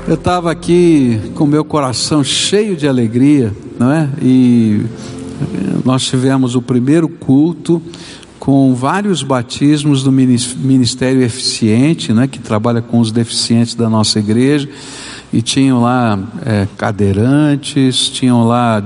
Eu estava aqui com meu coração cheio de alegria, não é? E nós tivemos o primeiro culto com vários batismos do Ministério Eficiente, né, que trabalha com os deficientes da nossa igreja, e tinham lá cadeirantes, tinham lá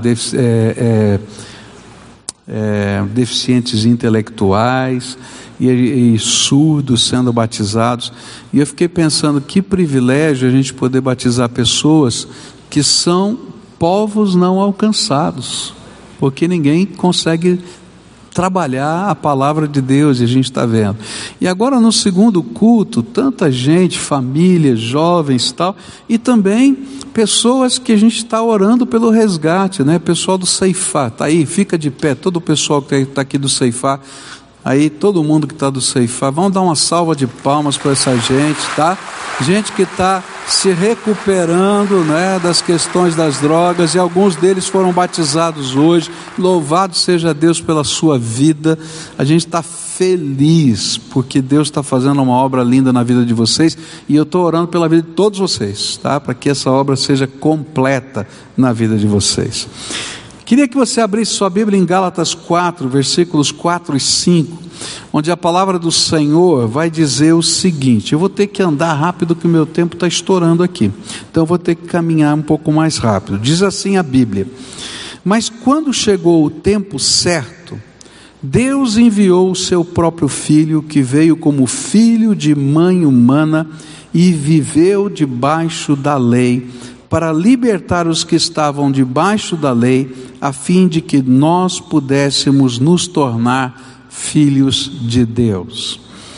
deficientes intelectuais e surdos sendo batizados. E eu fiquei pensando, que privilégio a gente poder batizar pessoas que são povos não alcançados, porque ninguém consegue trabalhar a palavra de Deus, e a gente está vendo. E agora no segundo culto, tanta gente, famílias, jovens e tal, e também pessoas que a gente está orando pelo resgate, né? Pessoal do Ceifá, está aí, fica de pé, todo o pessoal que está aqui do Ceifá, aí todo mundo que está do Ceifá, vamos dar uma salva de palmas para essa gente, tá? Gente que está se recuperando, né, das questões das drogas, e alguns deles foram batizados hoje. Louvado seja Deus pela sua vida. A gente está feliz porque Deus está fazendo uma obra linda na vida de vocês, e eu estou orando pela vida de todos vocês, tá? Para que essa obra seja completa na vida de vocês. Queria que você abrisse sua Bíblia em Gálatas 4, versículos 4 e 5, onde a palavra do Senhor vai dizer o seguinte. Eu vou ter que andar rápido, que o meu tempo está estourando aqui, então eu vou ter que caminhar um pouco mais rápido. Diz assim a Bíblia: mas quando chegou o tempo certo, Deus enviou o seu próprio Filho, que veio como filho de mãe humana e viveu debaixo da lei, para libertar os que estavam debaixo da lei, a fim de que nós pudéssemos nos tornar filhos de Deus.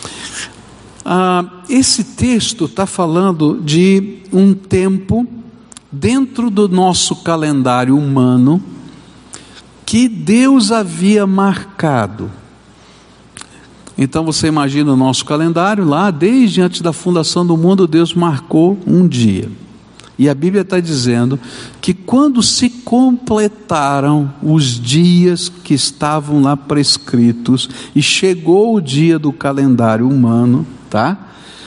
Esse texto está falando de um tempo dentro do nosso calendário humano que Deus havia marcado. Então você imagina o nosso calendário lá, desde antes da fundação do mundo, Deus marcou um dia. E a Bíblia está dizendo que quando se completaram os dias que estavam lá prescritos, e chegou o dia do calendário humano, tá?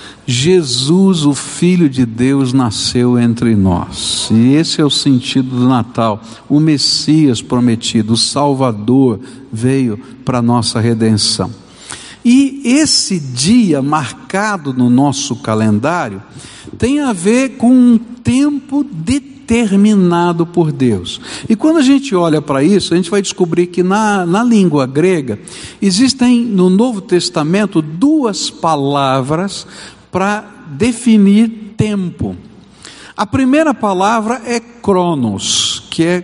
Jesus, o Filho de Deus, nasceu entre nós. E esse é o sentido do Natal. O Messias prometido, o Salvador, veio para a nossa redenção. E esse dia marcado no nosso calendário tem a ver com um tempo determinado por Deus. E quando a gente olha para isso, a gente vai descobrir que na língua grega existem no Novo Testamento duas palavras para definir tempo. A primeira palavra é cronos, que é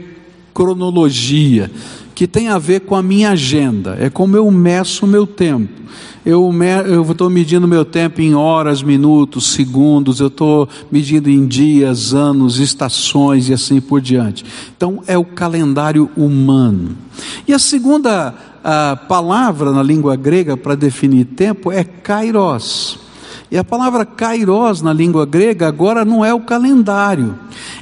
cronologia, que tem a ver com a minha agenda, é como eu meço o meu tempo. Eu estou medindo meu tempo em horas, minutos, segundos, eu estou medindo em dias, anos, estações e assim por diante. Então é o calendário humano. E a segunda palavra na língua grega para definir tempo é kairos. E a palavra kairos na língua grega agora não é o calendário,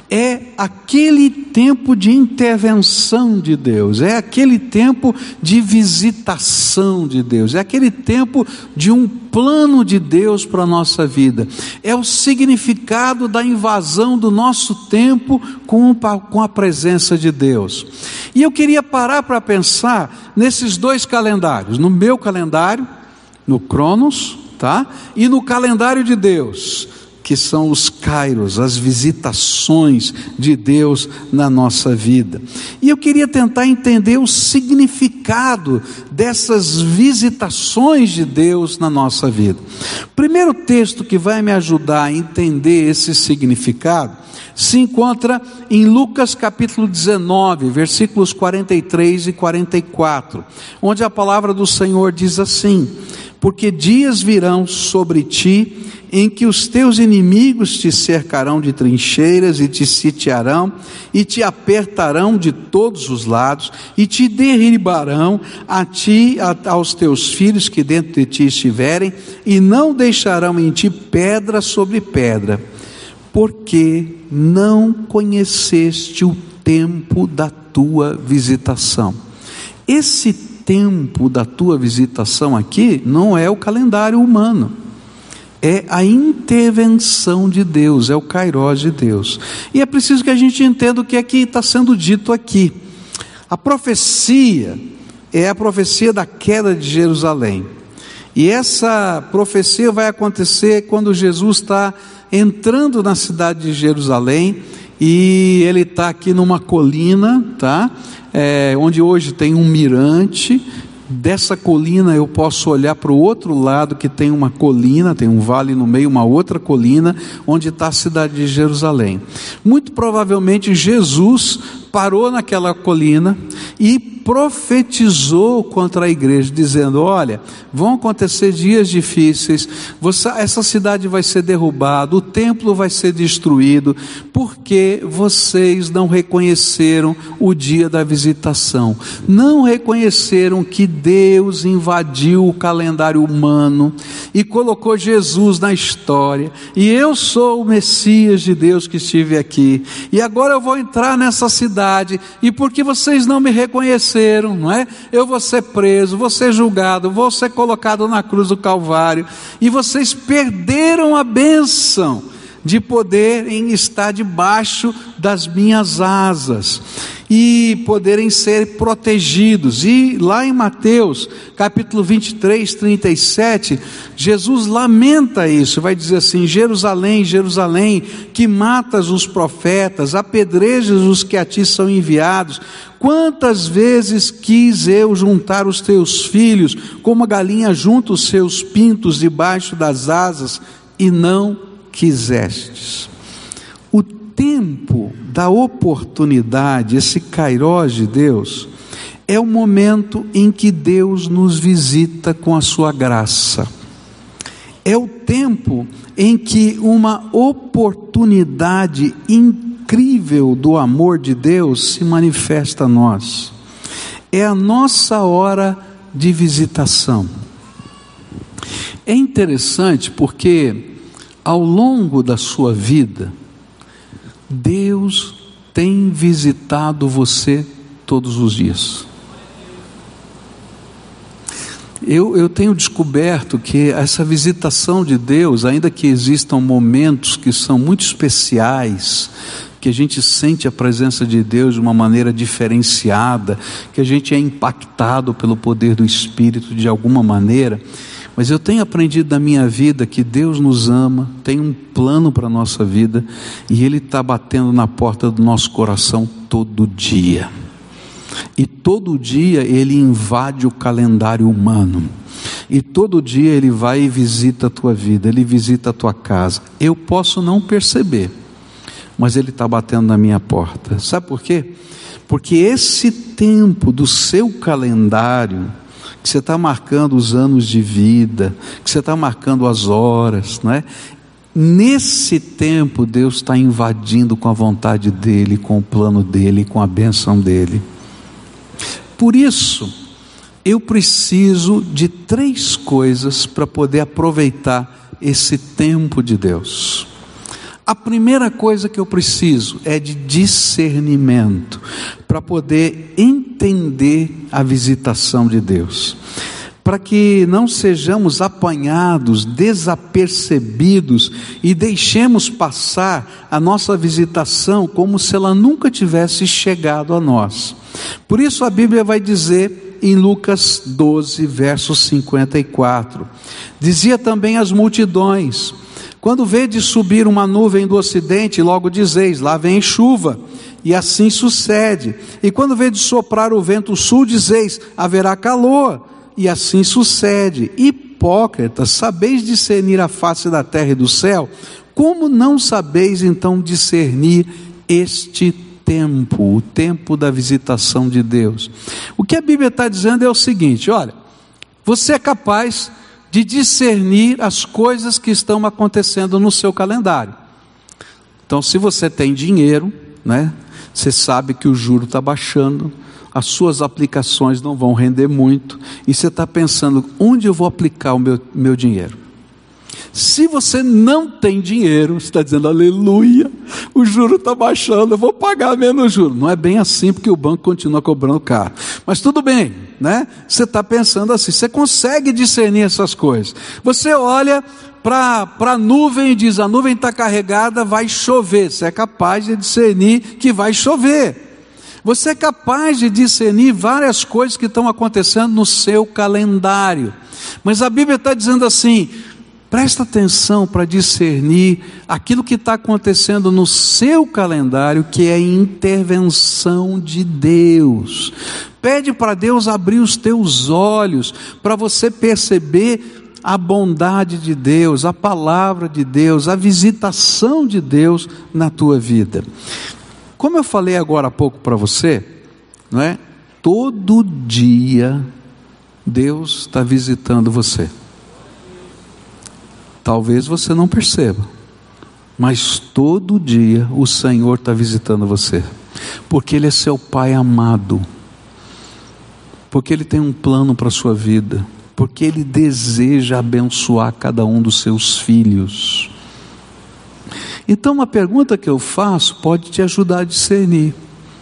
é aquele tempo de intervenção de Deus, é aquele tempo de visitação de Deus, é aquele tempo de um plano de Deus para a nossa vida, é o significado da invasão do nosso tempo com a presença de Deus. E eu queria parar para pensar nesses dois calendários, no meu calendário, no Cronos, tá? E no calendário de Deus, que são os kairos, as visitações de Deus na nossa vida. E eu queria tentar entender o significado dessas visitações de Deus na nossa vida. O primeiro texto que vai me ajudar a entender esse significado se encontra em Lucas capítulo 19, versículos 43 e 44, onde a palavra do Senhor diz assim: porque dias virão sobre ti, em que os teus inimigos te cercarão de trincheiras e te sitiarão, e te apertarão de todos os lados, e te derribarão a ti, aos teus filhos que dentro de ti estiverem, e não deixarão em ti pedra sobre pedra, porque não conheceste o tempo da tua visitação. Esse tempo da tua visitação aqui não é o calendário humano, é a intervenção de Deus, é o kairós de Deus. E é preciso que a gente entenda o que é que está sendo dito aqui. A profecia é a profecia da queda de Jerusalém. E essa profecia vai acontecer quando Jesus está entrando na cidade de Jerusalém, e ele está aqui numa colina, tá? Onde hoje tem um mirante. Dessa colina eu posso olhar para o outro lado, que tem uma colina, tem um vale no meio, uma outra colina, onde está a cidade de Jerusalém. Muito provavelmente Jesus parou naquela colina e profetizou contra a igreja, dizendo: olha, vão acontecer dias difíceis, essa cidade vai ser derrubada, o templo vai ser destruído, porque vocês não reconheceram o dia da visitação, não reconheceram que Deus invadiu o calendário humano e colocou Jesus na história, e eu sou o Messias de Deus que estive aqui, e agora eu vou entrar nessa cidade, e porque vocês não me reconheceram, não é? Eu vou ser preso, vou ser julgado, vou ser colocado na cruz do Calvário, e vocês perderam a bênção de poderem estar debaixo das minhas asas e poderem ser protegidos. E lá em Mateus capítulo 23, 37, Jesus lamenta isso, vai dizer assim: Jerusalém, Jerusalém, que matas os profetas, apedrejas os que a ti são enviados, quantas vezes quis eu juntar os teus filhos, como a galinha junta os seus pintos debaixo das asas, e não quisestes. O tempo da oportunidade, esse kairós de Deus, é o momento em que Deus nos visita com a sua graça. É o tempo em que uma oportunidade incrível do amor de Deus se manifesta a nós. É a nossa hora de visitação. É interessante porque ao longo da sua vida, Deus tem visitado você todos os dias. Eu tenho descoberto que essa visitação de Deus, ainda que existam momentos que são muito especiais, que a gente sente a presença de Deus de uma maneira diferenciada, que a gente é impactado pelo poder do Espírito de alguma maneira, mas eu tenho aprendido na minha vida que Deus nos ama, tem um plano para a nossa vida, e Ele está batendo na porta do nosso coração todo dia. E todo dia Ele invade o calendário humano. E todo dia Ele vai e visita a tua vida, Ele visita a tua casa. Eu posso não perceber, mas Ele está batendo na minha porta. Sabe por quê? Porque esse tempo do seu calendário, que você está marcando os anos de vida, que você está marcando as horas, não é? Nesse tempo Deus está invadindo com a vontade dEle, com o plano dEle, com a bênção dEle. Por isso, eu preciso de 3 coisas para poder aproveitar esse tempo de Deus. A primeira coisa que eu preciso é de discernimento, para poder entender a visitação de Deus, para que não sejamos apanhados, desapercebidos, e deixemos passar a nossa visitação como se ela nunca tivesse chegado a nós. Por isso a Bíblia vai dizer em Lucas 12, verso 54, dizia também às multidões: quando vedes subir uma nuvem do ocidente, logo dizeis: lá vem chuva, e assim sucede. E quando vedes soprar o vento sul, dizeis: haverá calor, e assim sucede. Hipócritas, sabeis discernir a face da terra e do céu, como não sabeis então discernir este tempo, o tempo da visitação de Deus? O que a Bíblia está dizendo é o seguinte: olha, você é capaz de discernir as coisas que estão acontecendo no seu calendário. Então, se você tem dinheiro, né, você sabe que o juro está baixando, as suas aplicações não vão render muito, e você está pensando: onde eu vou aplicar o meu dinheiro? Se você não tem dinheiro, você está dizendo: aleluia, o juro está baixando, eu vou pagar menos juro. Não é bem assim, porque o banco continua cobrando caro, mas tudo bem, né? Você está pensando assim, você consegue discernir essas coisas. Você olha para a nuvem e diz: a nuvem está carregada, vai chover. Você é capaz de discernir que vai chover. Você é capaz de discernir várias coisas que estão acontecendo no seu calendário. Mas a Bíblia está dizendo assim: presta atenção para discernir aquilo que está acontecendo no seu calendário, que é intervenção de Deus. Pede para Deus abrir os teus olhos, para você perceber a bondade de Deus, a palavra de Deus, a visitação de Deus na tua vida. Como eu falei agora há pouco para você, não é? Todo dia Deus está visitando você. Talvez você não perceba, mas todo dia o Senhor está visitando você, porque Ele é seu Pai amado, porque Ele tem um plano para a sua vida, porque Ele deseja abençoar cada um dos seus filhos. Então uma pergunta que eu faço pode te ajudar a discernir: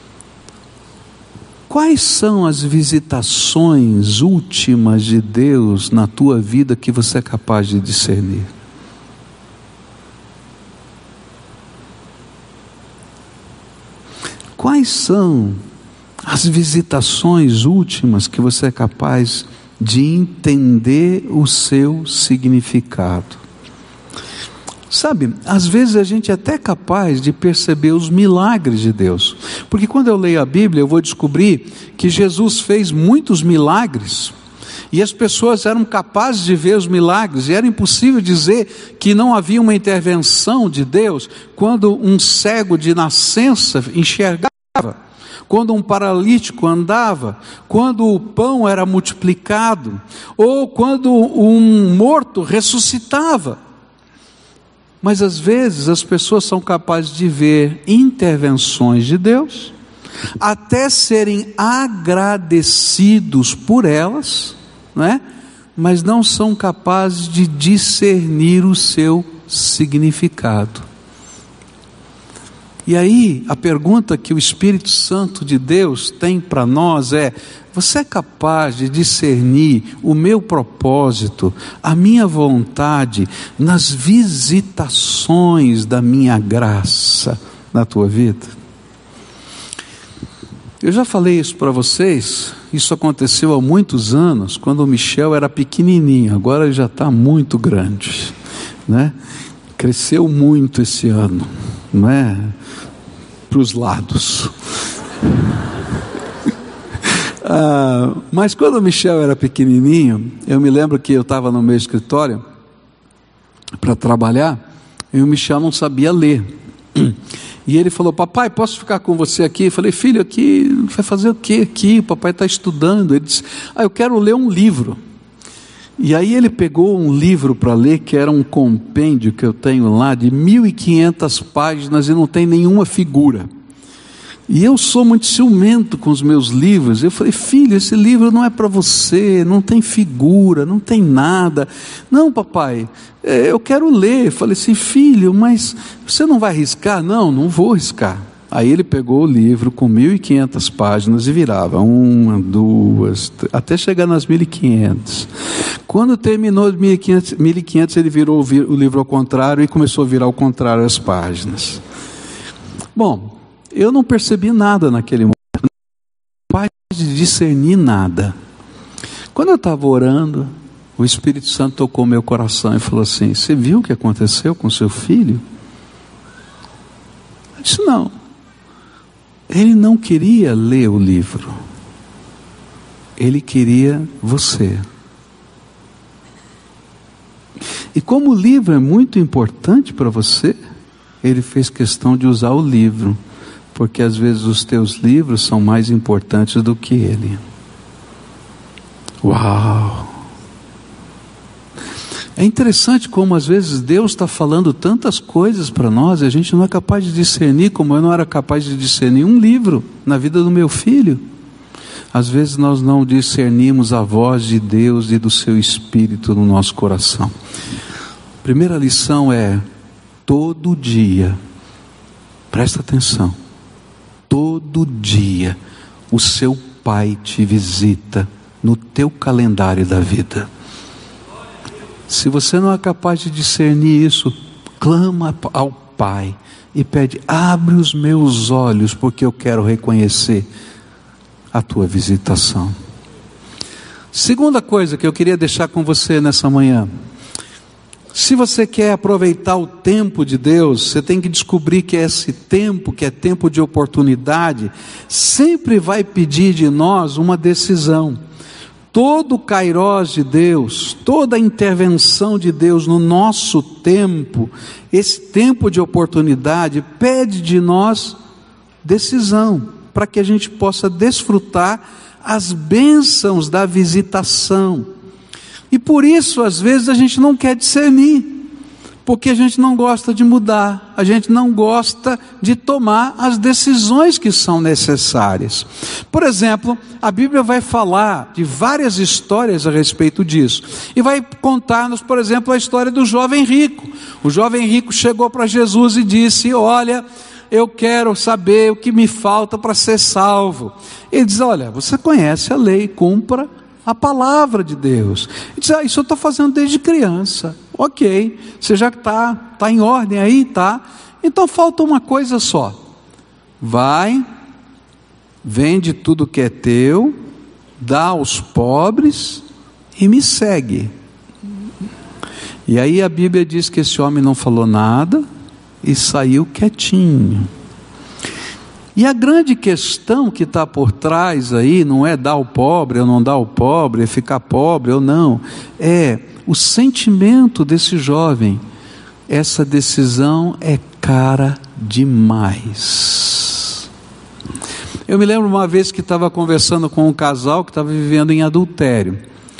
quais são as visitações últimas de Deus na tua vida que você é capaz de discernir? Quais são as visitações últimas que você é capaz de entender o seu significado? Sabe, às vezes a gente é até capaz de perceber os milagres de Deus, porque quando eu leio a Bíblia eu vou descobrir que Jesus fez muitos milagres, e as pessoas eram capazes de ver os milagres, e era impossível dizer que não havia uma intervenção de Deus, quando um cego de nascença enxergava, quando um paralítico andava, quando o pão era multiplicado, ou quando um morto ressuscitava. Mas às vezes as pessoas são capazes de ver intervenções de Deus, até serem agradecidos por elas, não é? Mas não são capazes de discernir o seu significado. E aí a pergunta que o Espírito Santo de Deus tem para nós é: você é capaz de discernir o meu propósito, a minha vontade, nas visitações da minha graça na tua vida? Eu já falei isso para vocês, isso aconteceu há muitos anos, quando o Michel era pequenininho, agora ele já está muito grande, né? Cresceu muito esse ano, não é? Para os lados. Mas quando o Michel era pequenininho, eu me lembro que eu estava no meu escritório para trabalhar, e o Michel não sabia ler, e ele falou: papai, posso ficar com você aqui? Eu falei: filho, aqui vai fazer o que aqui? O papai está estudando. Ele disse: eu quero ler um livro. E aí ele pegou um livro para ler, que era um compêndio que eu tenho lá, de 1.500 páginas, e não tem nenhuma figura. E eu sou muito ciumento com os meus livros. Eu falei: filho, esse livro não é para você, não tem figura, não tem nada. Não, papai, eu quero ler. Eu falei assim: filho, mas você não vai riscar? Não, não vou riscar. Aí ele pegou o livro com 1.500 páginas e virava 1, 2, até chegar nas 1.500. Quando terminou as 1.500, ele virou o livro ao contrário e começou a virar ao contrário as páginas. Bom, eu não percebi nada naquele momento, não fui capaz de discernir nada. Quando eu estava orando, o Espírito Santo tocou meu coração e falou assim: você viu o que aconteceu com seu filho? Eu disse: não. Ele não queria ler o livro, ele queria você. E como o livro é muito importante para você, ele fez questão de usar o livro, porque às vezes os teus livros são mais importantes do que ele. Uau! É interessante como às vezes Deus está falando tantas coisas para nós e a gente não é capaz de discernir, como eu não era capaz de discernir um livro na vida do meu filho. Às vezes nós não discernimos a voz de Deus e do seu Espírito no nosso coração. Primeira lição é: todo dia, presta atenção, todo dia o seu Pai te visita no teu calendário da vida. Se você não é capaz de discernir isso, clama ao Pai e pede: abre os meus olhos, porque eu quero reconhecer a tua visitação. Segunda coisa que eu queria deixar com você nessa manhã: se você quer aproveitar o tempo de Deus, você tem que descobrir que esse tempo, que é tempo de oportunidade, sempre vai pedir de nós uma decisão. Todo o kairós de Deus, toda a intervenção de Deus no nosso tempo, esse tempo de oportunidade, pede de nós decisão, para que a gente possa desfrutar as bênçãos da visitação. E por isso, às vezes, a gente não quer discernir, porque a gente não gosta de mudar, a gente não gosta de tomar as decisões que são necessárias. Por exemplo, a Bíblia vai falar de várias histórias a respeito disso, e vai contar-nos, por exemplo, a história do jovem rico. O jovem rico chegou para Jesus e disse: olha, eu quero saber o que me falta para ser salvo. Ele diz: olha, você conhece a lei, cumpra a palavra de Deus. Ele diz: isso eu estou fazendo desde criança. Ok, você já está em ordem aí, tá? Então falta uma coisa só: vai, vende tudo que é teu, dá aos pobres e me segue. E aí a Bíblia diz que esse homem não falou nada e saiu quietinho. E a grande questão que está por trás aí não é dar ao pobre ou não dar ao pobre, é ficar pobre ou não, é o sentimento desse jovem: essa decisão é cara demais. Eu me lembro uma vez que estava conversando com um casal que estava vivendo em adultério.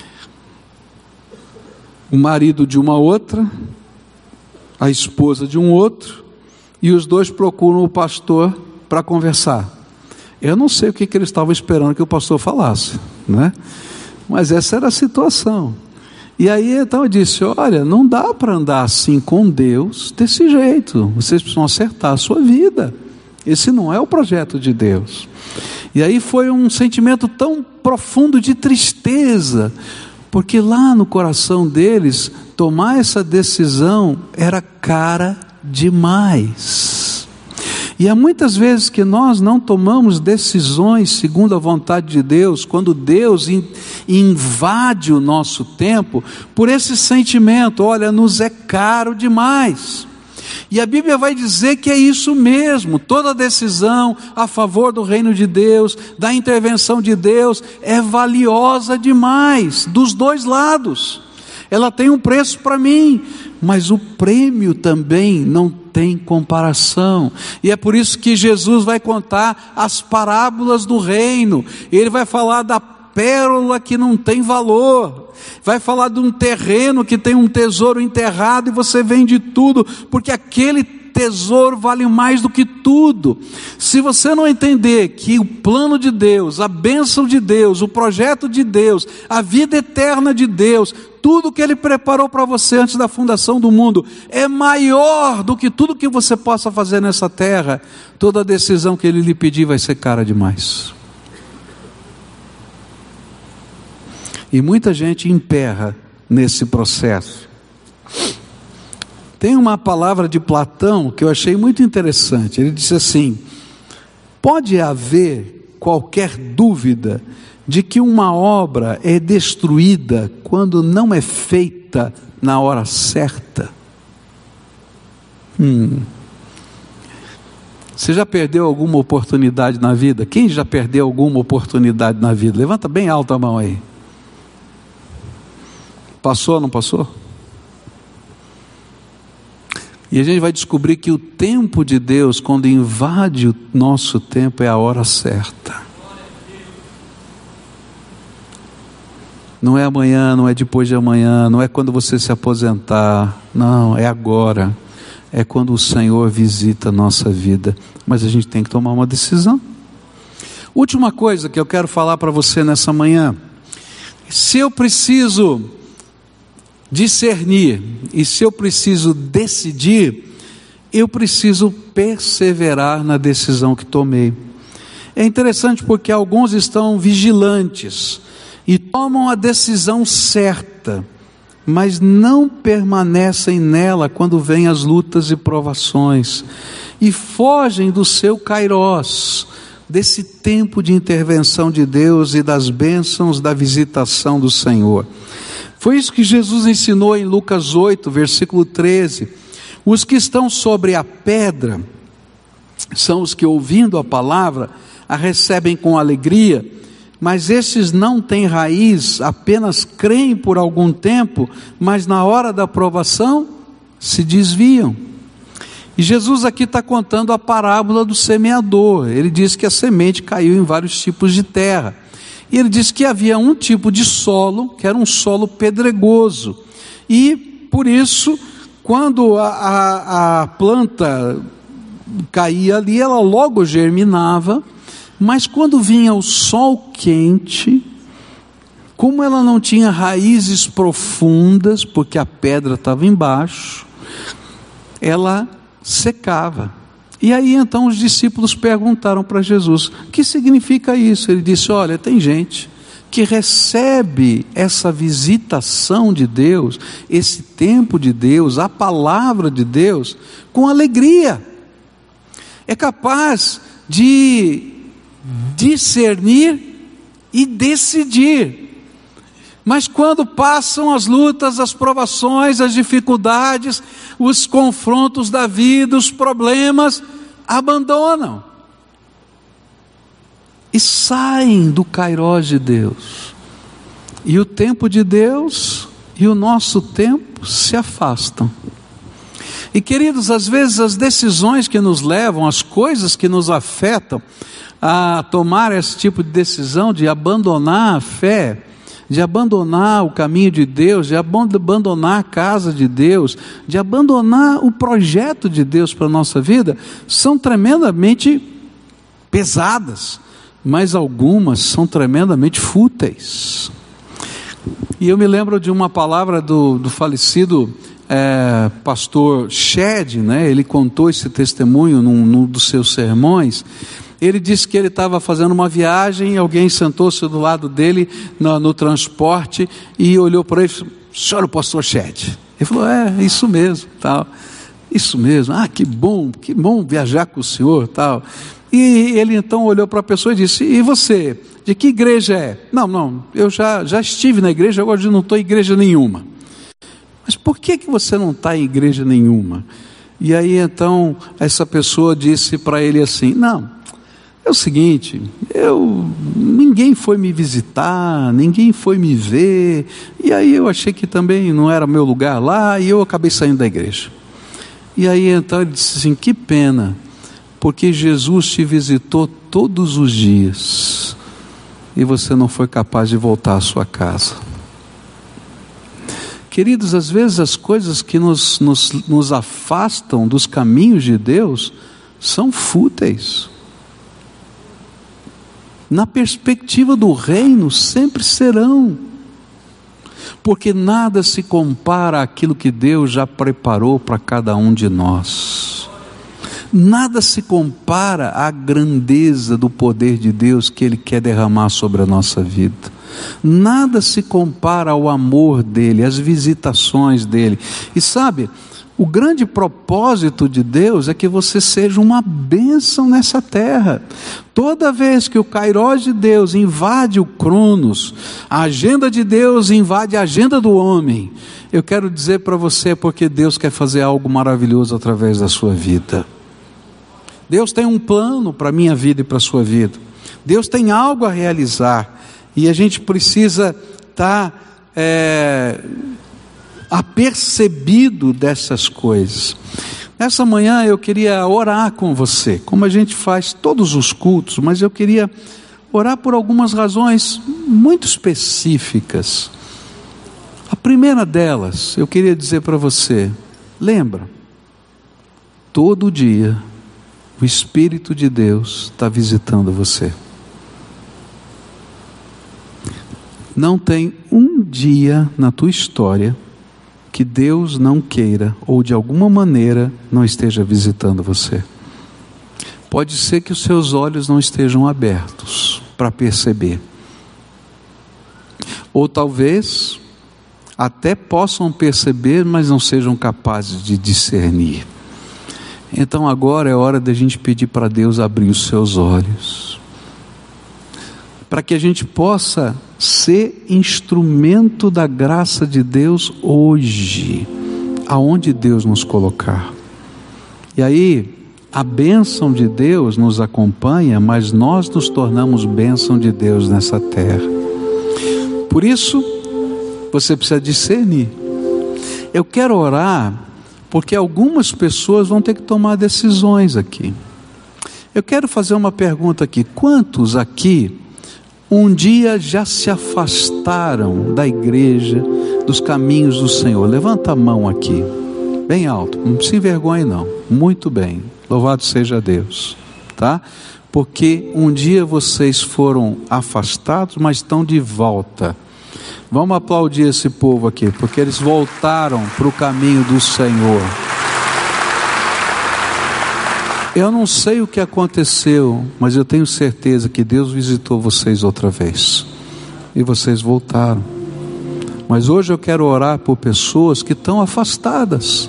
O marido de uma outra, a esposa de um outro, e os dois procuram o pastor para conversar. Eu não sei o que eles estavam esperando que o pastor falasse, né? Mas essa era a situação. E aí então eu disse: olha, não dá para andar assim com Deus desse jeito, vocês precisam acertar a sua vida, esse não é o projeto de Deus. E aí foi um sentimento tão profundo de tristeza, porque lá no coração deles, tomar essa decisão era cara demais. E há muitas vezes que nós não tomamos decisões segundo a vontade de Deus, quando Deus invade o nosso tempo, por esse sentimento: olha, nos é caro demais. E a Bíblia vai dizer que é isso mesmo. Toda decisão a favor do reino de Deus, da intervenção de Deus, é valiosa demais, dos dois lados. Ela tem um preço para mim, mas o prêmio também não tem comparação. E é por isso que Jesus vai contar as parábolas do reino. Ele vai falar da pérola que não tem valor, vai falar de um terreno que tem um tesouro enterrado e você vende tudo, porque aquele tesouro vale mais do que tudo. Se você não entender que o plano de Deus, a bênção de Deus, o projeto de Deus, a vida eterna de Deus, tudo que Ele preparou para você antes da fundação do mundo, é maior do que tudo que você possa fazer nessa terra, toda decisão que Ele lhe pedir vai ser cara demais. E muita gente emperra nesse processo. Tem uma palavra de Platão que eu achei muito interessante. Ele disse assim: pode haver qualquer dúvida de que uma obra é destruída quando não é feita na hora certa? Você já perdeu alguma oportunidade na vida? Quem já perdeu alguma oportunidade na vida? Levanta bem alto a mão aí. Passou ou não passou? E a gente vai descobrir que o tempo de Deus, quando invade o nosso tempo, é a hora certa. Não é amanhã, não é depois de amanhã, não é quando você se aposentar, não, é agora. É quando o Senhor visita a nossa vida, mas a gente tem que tomar uma decisão. Última coisa que eu quero falar para você nessa manhã: se eu preciso discernir e se eu preciso decidir, eu preciso perseverar na decisão que tomei. É interessante porque alguns estão vigilantes e tomam a decisão certa, mas não permanecem nela quando vêm as lutas e provações, e fogem do seu kairós, desse tempo de intervenção de Deus e das bênçãos da visitação do Senhor. Foi isso que Jesus ensinou em Lucas 8, versículo 13. Os que estão sobre a pedra são os que, ouvindo a palavra, a recebem com alegria, mas esses não têm raiz, apenas creem por algum tempo, mas na hora da provação se desviam. E Jesus aqui está contando a parábola do semeador. Ele diz que a semente caiu em vários tipos de terra, e ele diz que havia um tipo de solo, que era um solo pedregoso, e por isso, quando a planta caía ali, ela logo germinava, mas quando vinha o sol quente, como ela não tinha raízes profundas, porque a pedra estava embaixo, ela secava. E aí então os discípulos perguntaram para Jesus: o que significa isso? Ele disse: olha, tem gente que recebe essa visitação de Deus, esse tempo de Deus, a palavra de Deus, com alegria, é capaz de discernir e decidir, mas quando passam as lutas, as provações, as dificuldades, os confrontos da vida, os problemas, abandonam e saem do kairós de Deus, e o tempo de Deus e o nosso tempo se afastam. E queridos, às vezes as decisões que nos levam, as coisas que nos afetam a tomar esse tipo de decisão de abandonar a fé, de abandonar o caminho de Deus, de abandonar a casa de Deus, de abandonar o projeto de Deus para a nossa vida, são tremendamente pesadas, mas algumas são tremendamente fúteis. E eu me lembro de uma palavra do falecido pastor Shed, né? Ele contou esse testemunho num dos seus sermões. Ele disse que ele estava fazendo uma viagem, alguém sentou-se do lado dele no transporte e olhou para ele e falou: o senhor é o pastor Shed? Ele falou: isso mesmo, tal. Isso mesmo, que bom viajar com o senhor, tal. E ele então olhou para a pessoa e disse: e você, de que igreja é? Não, eu já estive na igreja, agora eu não estou em igreja nenhuma. Mas por que você não está em igreja nenhuma? E aí então essa pessoa disse para ele assim: não, é o seguinte, ninguém foi me visitar, ninguém foi me ver, e aí eu achei que também não era meu lugar lá, e eu acabei saindo da igreja. E aí então ele disse assim: que pena, porque Jesus te visitou todos os dias, e você não foi capaz de voltar à sua casa. Queridos, às vezes as coisas que nos afastam dos caminhos de Deus são fúteis. Na perspectiva do reino sempre serão, porque nada se compara àquilo que Deus já preparou para cada um de nós. Nada se compara à grandeza do poder de Deus que Ele quer derramar sobre a nossa vida. Nada se compara ao amor dEle, às visitações dEle. E sabe, o grande propósito de Deus é que você seja uma bênção nessa terra. Toda vez que o kairós de Deus invade o cronos, a agenda de Deus invade a agenda do homem, eu quero dizer para você, porque Deus quer fazer algo maravilhoso através da sua vida. Deus tem um plano para a minha vida e para a sua vida. Deus tem algo a realizar, e a gente precisa estar apercebido dessas coisas. Nessa manhã eu queria orar com você, como a gente faz todos os cultos, mas eu queria orar por algumas razões muito específicas. A primeira delas, eu queria dizer para você: lembra, todo dia o Espírito de Deus está visitando você. Não tem um dia na tua história que Deus não queira, ou de alguma maneira não esteja visitando você. Pode ser que os seus olhos não estejam abertos para perceber, ou talvez até possam perceber, mas não sejam capazes de discernir. Então agora é hora da gente pedir para Deus abrir os seus olhos, para que a gente possa ser instrumento da graça de Deus hoje, aonde Deus nos colocar. E aí a bênção de Deus nos acompanha, mas nós nos tornamos bênção de Deus nessa terra. Por isso você precisa discernir. Eu quero orar, porque algumas pessoas vão ter que tomar decisões aqui. Eu quero fazer uma pergunta aqui: quantos aqui um dia já se afastaram da igreja, dos caminhos do Senhor? Levanta a mão aqui, bem alto, não se envergonhe não. Muito bem, louvado seja Deus, tá? Porque um dia vocês foram afastados, mas estão de volta. Vamos aplaudir esse povo aqui, porque eles voltaram para o caminho do Senhor. Eu não sei o que aconteceu, mas eu tenho certeza que Deus visitou vocês outra vez, e vocês voltaram. Mas hoje eu quero orar por pessoas que estão afastadas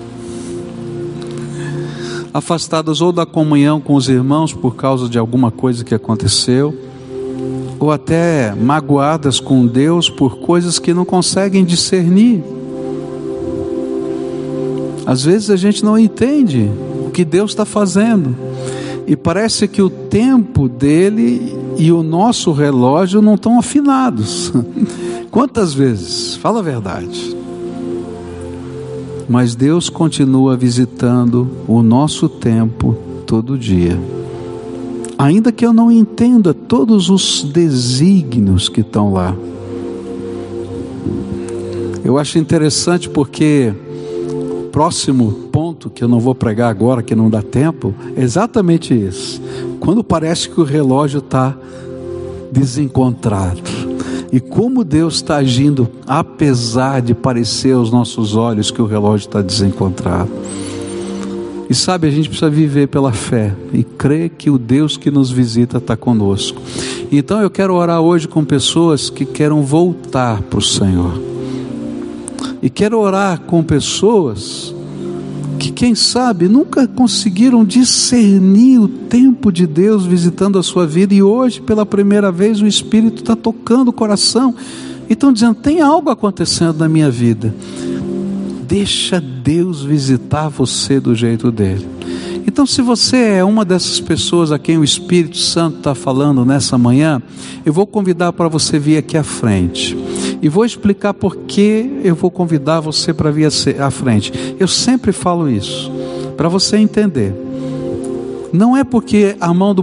ou da comunhão com os irmãos por causa de alguma coisa que aconteceu, ou até magoadas com Deus por coisas que não conseguem discernir. Às vezes a gente não entende o que Deus está fazendo, e parece que o tempo dele e o nosso relógio não estão afinados. Quantas vezes? Fala a verdade. Mas Deus continua visitando o nosso tempo todo dia. Ainda que eu não entenda todos os desígnios que estão lá. Eu acho interessante porque o próximo ponto, que eu não vou pregar agora, que não dá tempo, é exatamente isso. Quando parece que o relógio está desencontrado. E como Deus está agindo, apesar de parecer aos nossos olhos que o relógio está desencontrado. E sabe, a gente precisa viver pela fé e crer que o Deus que nos visita está conosco. Então eu quero orar hoje com pessoas que querem voltar para o Senhor. E quero orar com pessoas que, quem sabe, nunca conseguiram discernir o tempo de Deus visitando a sua vida, e hoje, pela primeira vez, o Espírito está tocando o coração e estão dizendo: tem algo acontecendo na minha vida. Deixa Deus visitar você do jeito dele. Então, se você é uma dessas pessoas a quem o Espírito Santo está falando nessa manhã, eu vou convidar para você vir aqui à frente. E vou explicar por que eu vou convidar você para vir à frente. Eu sempre falo isso, para você entender. Não é porque a mão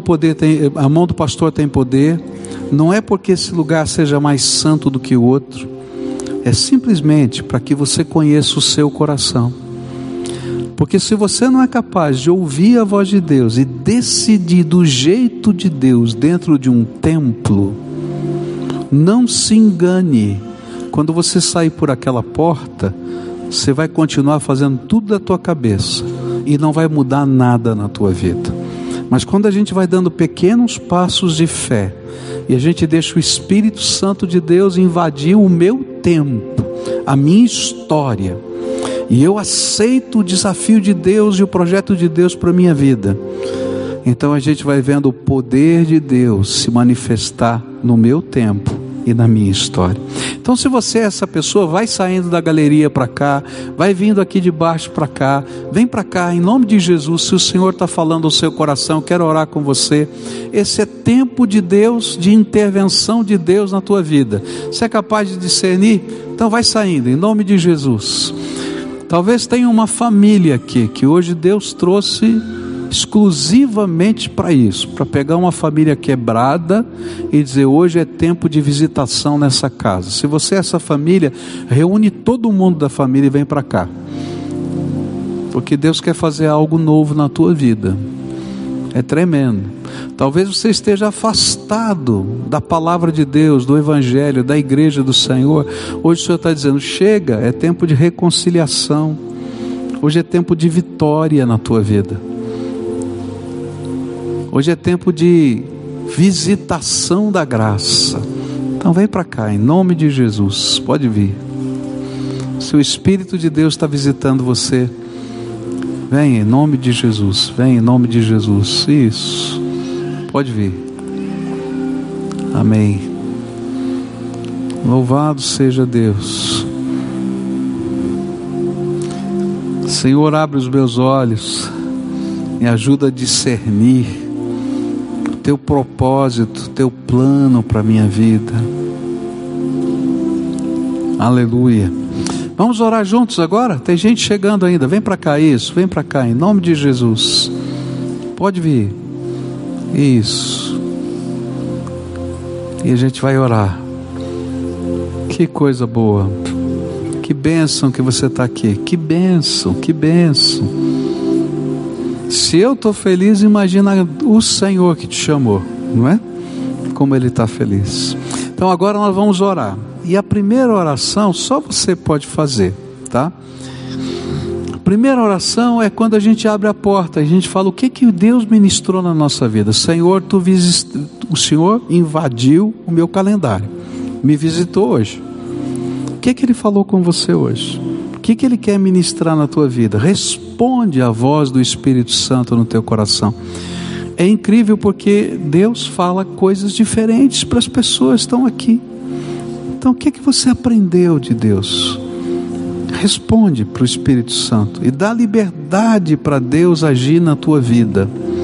do pastor tem poder, não é porque esse lugar seja mais santo do que o outro. É simplesmente para que você conheça o seu coração. Porque se você não é capaz de ouvir a voz de Deus e decidir do jeito de Deus dentro de um templo, não se engane. Quando você sair por aquela porta, você vai continuar fazendo tudo da tua cabeça e não vai mudar nada na tua vida. Mas quando a gente vai dando pequenos passos de fé e a gente deixa o Espírito Santo de Deus invadir o meu tempo, a minha história, e eu aceito o desafio de Deus e o projeto de Deus para a minha vida, então a gente vai vendo o poder de Deus se manifestar no meu tempo e na minha história. Então, se você é essa pessoa, vai saindo da galeria para cá, vai vindo aqui de baixo para cá, vem para cá em nome de Jesus. Se o Senhor está falando ao seu coração, eu quero orar com você. Esse é tempo de Deus, de intervenção de Deus na tua vida. Você é capaz de discernir? Então vai saindo em nome de Jesus. Talvez tenha uma família aqui que hoje Deus trouxe exclusivamente para isso, para pegar uma família quebrada e dizer: hoje é tempo de visitação nessa casa. Se você é essa família, reúne todo mundo da família e vem para cá, porque Deus quer fazer algo novo na tua vida. É tremendo. Talvez você esteja afastado da palavra de Deus, do Evangelho, da igreja do Senhor. Hoje o Senhor está dizendo: chega, é tempo de reconciliação. Hoje é tempo de vitória na tua vida. Hoje é tempo de visitação da graça. Então vem para cá, em nome de Jesus. Pode vir. Se o Espírito de Deus está visitando você, vem em nome de Jesus, vem em nome de Jesus. Isso, pode vir. Amém. Louvado seja Deus. Senhor, abre os meus olhos, me ajuda a discernir o teu propósito, o teu plano para a minha vida. Aleluia. Vamos orar juntos agora? Tem gente chegando ainda. Vem para cá, isso, vem para cá, em nome de Jesus. Pode vir. Isso. E a gente vai orar. Que coisa boa. Que bênção que você está aqui. Que bênção, que bênção. Se eu estou feliz, imagina o Senhor que te chamou, não é? Como Ele está feliz. Então agora nós vamos orar. E a primeira oração só você pode fazer, tá? A primeira oração é quando a gente abre a porta, a gente fala o que Deus ministrou na nossa vida. Senhor, o Senhor invadiu o meu calendário, me visitou hoje. O que Ele falou com você hoje? O que Ele quer ministrar na tua vida? Responde à voz do Espírito Santo no teu coração. É incrível porque Deus fala coisas diferentes para as pessoas que estão aqui. Então o que você aprendeu de Deus? Responde para o Espírito Santo e dá liberdade para Deus agir na tua vida.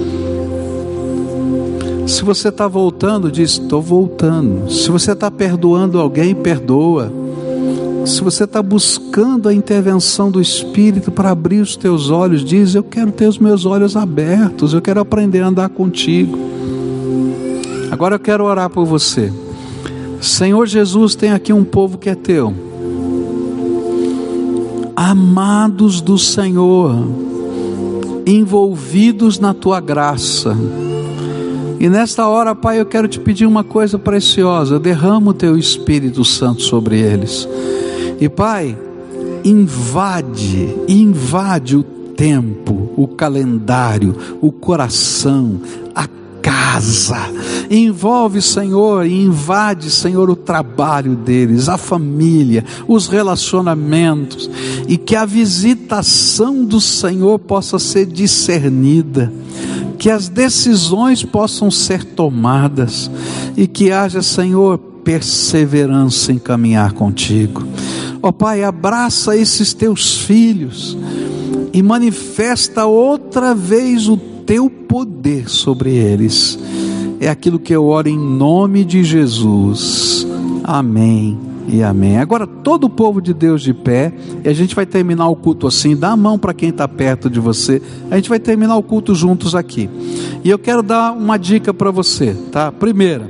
Se você está voltando, diz: estou voltando. Se você está perdoando alguém, perdoa. Se você está buscando a intervenção do Espírito para abrir os teus olhos, diz: eu quero ter os meus olhos abertos, eu quero aprender a andar contigo. Agora eu quero orar por você. Senhor Jesus, tem aqui um povo que é teu, amados do Senhor, envolvidos na tua graça. E nesta hora, Pai, eu quero te pedir uma coisa preciosa: derrama o teu Espírito Santo sobre eles. E Pai, invade o tempo, o calendário, o coração, a casa. Envolve, Senhor, e invade, Senhor, o trabalho deles, a família, os relacionamentos, e que a visitação do Senhor possa ser discernida, que as decisões possam ser tomadas, e que haja, Senhor, perseverança em caminhar contigo. Ó Pai, abraça esses teus filhos e manifesta outra vez o teu poder sobre eles. É aquilo que eu oro em nome de Jesus. Amém e amém. Agora todo o povo de Deus de pé, e a gente vai terminar o culto assim. Dá a mão para quem está perto de você. A gente vai terminar o culto juntos aqui. E eu quero dar uma dica para você, tá? Primeira,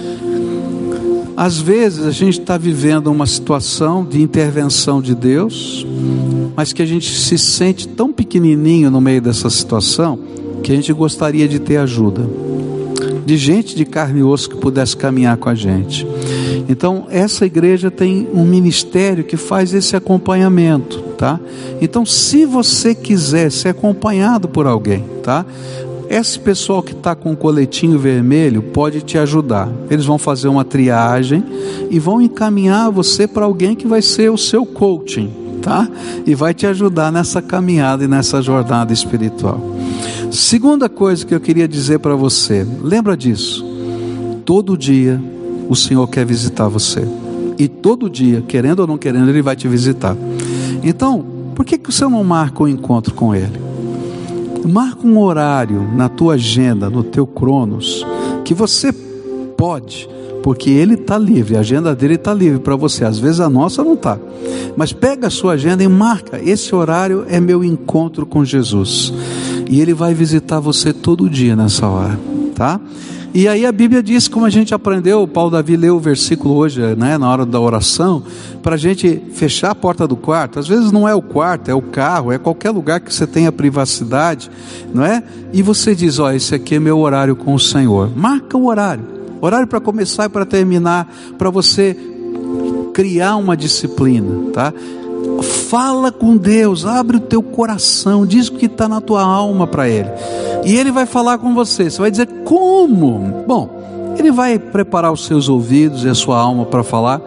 às vezes a gente está vivendo uma situação de intervenção de Deus, mas que a gente se sente tão pequenininho no meio dessa situação, que a gente gostaria de ter ajuda de gente de carne e osso que pudesse caminhar com a gente. Então essa igreja tem um ministério que faz esse acompanhamento, tá? Então se você quiser ser acompanhado por alguém, tá? Esse pessoal que está com o coletinho vermelho pode te ajudar. Eles vão fazer uma triagem e vão encaminhar você para alguém que vai ser o seu coaching, tá? E vai te ajudar nessa caminhada e nessa jornada espiritual. Segunda coisa que eu queria dizer para você, lembra disso: todo dia o Senhor quer visitar você, e todo dia, querendo ou não querendo, Ele vai te visitar. Então, por que você não marca um encontro com Ele? Marca um horário na tua agenda, no teu Cronos, que você pode, porque Ele está livre, a agenda dele está livre para você. Às vezes a nossa não está, mas pega a sua agenda e marca: esse horário é meu encontro com Jesus, e Ele vai visitar você todo dia nessa hora, tá? E aí a Bíblia diz, como a gente aprendeu, o Paulo Davi leu o versículo hoje, né, na hora da oração, para a gente fechar a porta do quarto. Às vezes não é o quarto, é o carro, é qualquer lugar que você tenha privacidade, não é? E você diz: ó, esse aqui é meu horário com o Senhor. Marca o horário para começar e para terminar, para você criar uma disciplina, tá? Fala com Deus, abre o teu coração, diz o que está na tua alma para Ele, e Ele vai falar com você. Você vai dizer: como? Bom, Ele vai preparar os seus ouvidos e a sua alma para falar,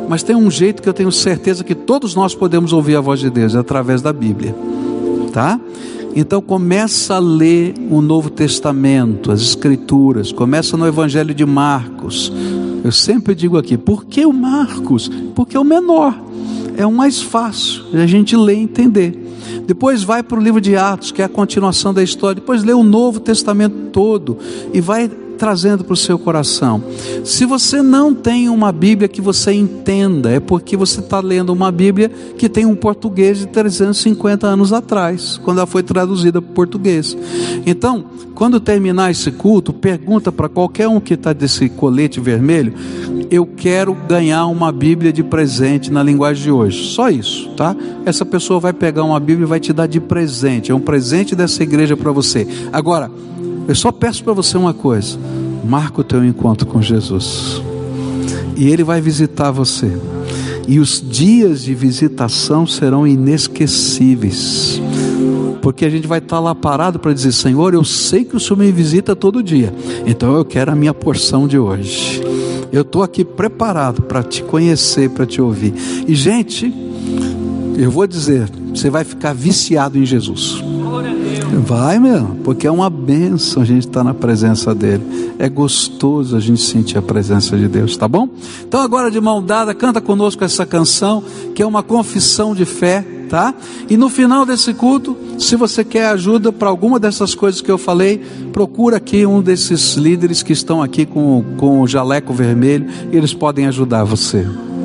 mas tem um jeito que eu tenho certeza que todos nós podemos ouvir a voz de Deus, é através da Bíblia, tá? Então começa a ler o Novo Testamento, as Escrituras, começa no Evangelho de Marcos. Eu sempre digo aqui, por que o Marcos? Porque é o menor, é o mais fácil de a gente ler e entender. Depois vai para o livro de Atos, que é a continuação da história. Depois lê o Novo Testamento todo e vai trazendo para o seu coração. Se você não tem uma Bíblia que você entenda, é porque você está lendo uma Bíblia que tem um português de 350 anos atrás, quando ela foi traduzida para o português. Então, quando terminar esse culto, pergunta para qualquer um que está desse colete vermelho: eu quero ganhar uma Bíblia de presente na linguagem de hoje. Só isso, tá? Essa pessoa vai pegar uma Bíblia e vai te dar de presente. É um presente dessa igreja para você. Agora, eu só peço para você uma coisa: marca o teu encontro com Jesus, e Ele vai visitar você, e os dias de visitação serão inesquecíveis, porque a gente vai estar lá parado para dizer: Senhor, eu sei que o Senhor me visita todo dia, então eu quero a minha porção de hoje. Eu estou aqui preparado para te conhecer, para te ouvir. E gente, eu vou dizer, você vai ficar viciado em Jesus. Vai mesmo, porque é uma bênção a gente estar na presença dele. É gostoso a gente sentir a presença de Deus, tá bom? Então agora, de mão dada, canta conosco essa canção, que é uma confissão de fé, tá? E no final desse culto, se você quer ajuda para alguma dessas coisas que eu falei, procura aqui um desses líderes que estão aqui com o jaleco vermelho, e eles podem ajudar você.